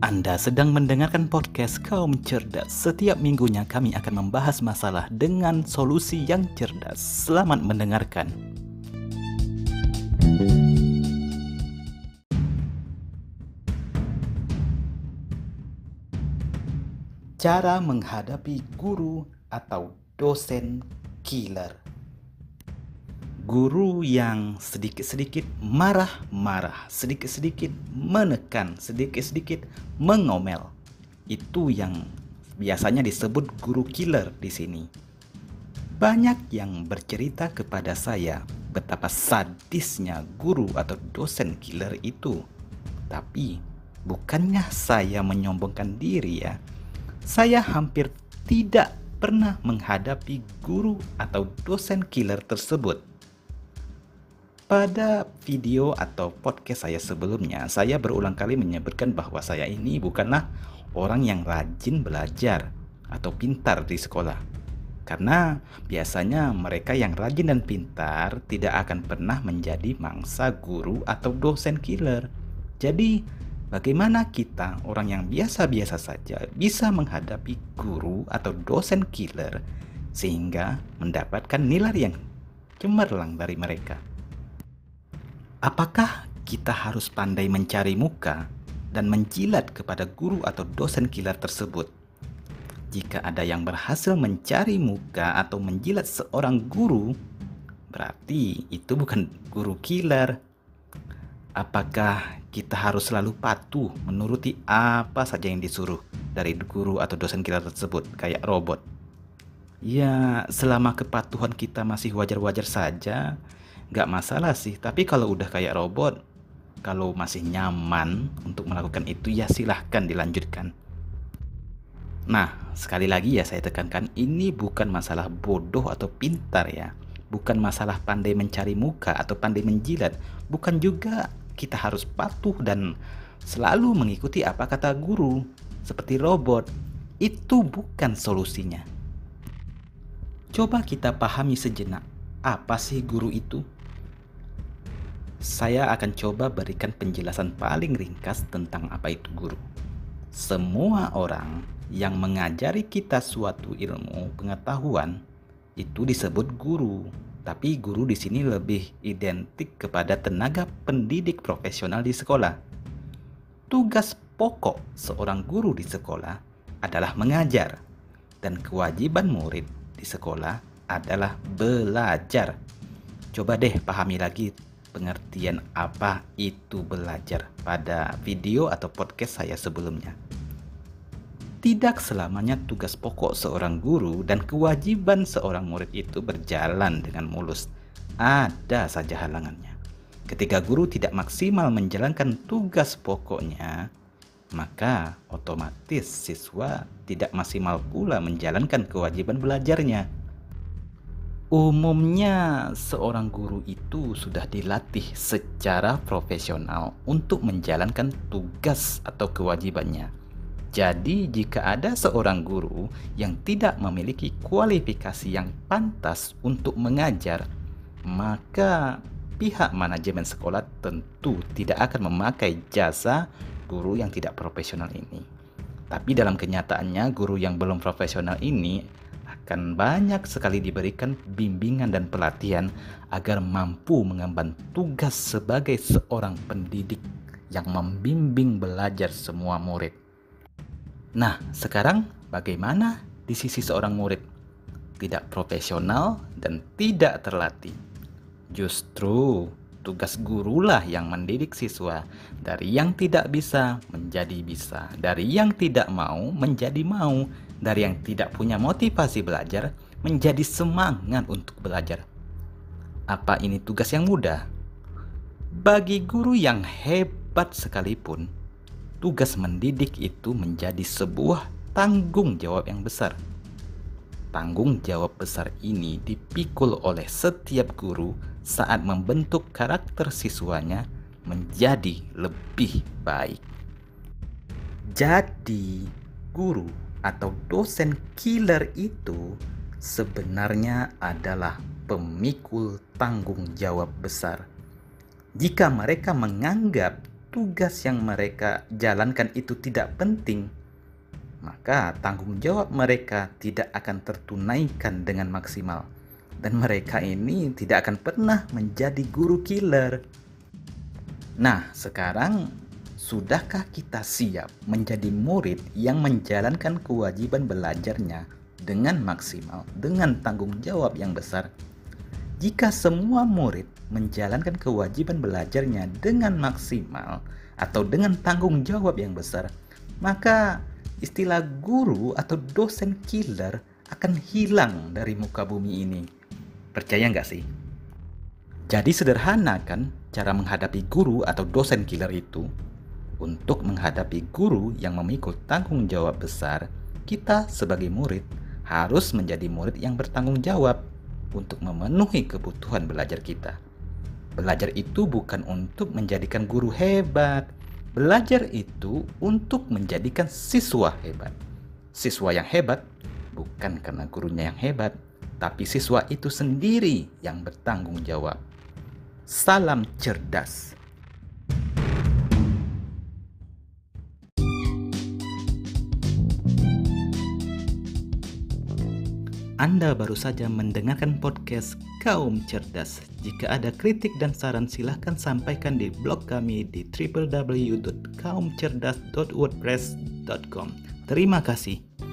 Anda sedang mendengarkan podcast Kaum Cerdas. Setiap minggunya kami akan membahas masalah dengan solusi yang cerdas. Selamat mendengarkan. Cara menghadapi guru atau dosen killer. Guru yang sedikit-sedikit marah-marah, sedikit-sedikit menekan, sedikit-sedikit mengomel. Itu yang biasanya disebut guru killer di sini. Banyak yang bercerita kepada saya betapa sadisnya guru atau dosen killer itu. Tapi bukannya saya menyombongkan diri ya. Saya hampir tidak pernah menghadapi guru atau dosen killer tersebut. Pada video atau podcast saya sebelumnya, saya berulang kali menyebutkan bahwa saya ini bukanlah orang yang rajin belajar atau pintar di sekolah. Karena biasanya mereka yang rajin dan pintar tidak akan pernah menjadi mangsa guru atau dosen killer. Jadi, bagaimana kita orang yang biasa-biasa saja bisa menghadapi guru atau dosen killer sehingga mendapatkan nilai yang cemerlang dari mereka? Apakah kita harus pandai mencari muka dan menjilat kepada guru atau dosen killer tersebut? Jika ada yang berhasil mencari muka atau menjilat seorang guru, berarti itu bukan guru killer. Apakah kita harus selalu patuh menuruti apa saja yang disuruh dari guru atau dosen killer tersebut, kayak robot? Ya, selama kepatuhan kita masih wajar-wajar saja, nggak masalah sih. Tapi kalau udah kayak robot, kalau masih nyaman untuk melakukan itu, ya silahkan dilanjutkan. Nah, sekali lagi ya saya tekankan, ini bukan masalah bodoh atau pintar ya. Bukan masalah pandai mencari muka atau pandai menjilat. Bukan juga kita harus patuh dan selalu mengikuti apa kata guru seperti robot. Itu bukan solusinya. Coba kita pahami sejenak, apa sih guru itu? Saya akan coba berikan penjelasan paling ringkas tentang apa itu guru. Semua orang yang mengajari kita suatu ilmu pengetahuan itu disebut guru. Tapi guru di sini lebih identik kepada tenaga pendidik profesional di sekolah. Tugas pokok seorang guru di sekolah adalah mengajar, dan kewajiban murid di sekolah adalah belajar. Coba deh pahami lagi pengertian apa itu belajar pada video atau podcast saya sebelumnya. Tidak selamanya tugas pokok seorang guru dan kewajiban seorang murid itu berjalan dengan mulus. Ada saja halangannya. Ketika guru tidak maksimal menjalankan tugas pokoknya, maka otomatis siswa tidak maksimal pula menjalankan kewajiban belajarnya. Umumnya seorang guru itu sudah dilatih secara profesional untuk menjalankan tugas atau kewajibannya. Jadi jika ada seorang guru yang tidak memiliki kualifikasi yang pantas untuk mengajar, maka pihak manajemen sekolah tentu tidak akan memakai jasa guru yang tidak profesional ini. Tapi dalam kenyataannya guru yang belum profesional ini akan banyak sekali diberikan bimbingan dan pelatihan agar mampu mengemban tugas sebagai seorang pendidik yang membimbing belajar semua murid. Nah, sekarang bagaimana di sisi seorang murid? Tidak profesional dan tidak terlatih. Justru tugas gurulah yang mendidik siswa dari yang tidak bisa menjadi bisa, dari yang tidak mau menjadi mau, dari yang tidak punya motivasi belajar menjadi semangat untuk belajar. Apa ini tugas yang mudah? Bagi guru yang hebat sekalipun, tugas mendidik itu menjadi sebuah tanggung jawab yang besar. Tanggung jawab besar ini dipikul oleh setiap guru saat membentuk karakter siswanya menjadi lebih baik. Jadi, guru atau dosen killer itu sebenarnya adalah pemikul tanggung jawab besar. Jika mereka menganggap tugas yang mereka jalankan itu tidak penting, maka tanggung jawab mereka tidak akan tertunaikan dengan maksimal. Dan mereka ini tidak akan pernah menjadi guru killer. Nah, sekarang sudahkah kita siap menjadi murid yang menjalankan kewajiban belajarnya dengan maksimal, dengan tanggung jawab yang besar? Jika semua murid menjalankan kewajiban belajarnya dengan maksimal atau dengan tanggung jawab yang besar, maka istilah guru atau dosen killer akan hilang dari muka bumi ini. Percaya nggak sih? Jadi sederhana kan cara menghadapi guru atau dosen killer itu? Untuk menghadapi guru yang memikul tanggung jawab besar, kita sebagai murid harus menjadi murid yang bertanggung jawab untuk memenuhi kebutuhan belajar kita. Belajar itu bukan untuk menjadikan guru hebat. Belajar itu untuk menjadikan siswa hebat. Siswa yang hebat bukan karena gurunya yang hebat, tapi siswa itu sendiri yang bertanggung jawab. Salam cerdas. Anda baru saja mendengarkan podcast Kaum Cerdas. Jika ada kritik dan saran silahkan sampaikan di blog kami di www.kaumcerdas.wordpress.com. Terima kasih.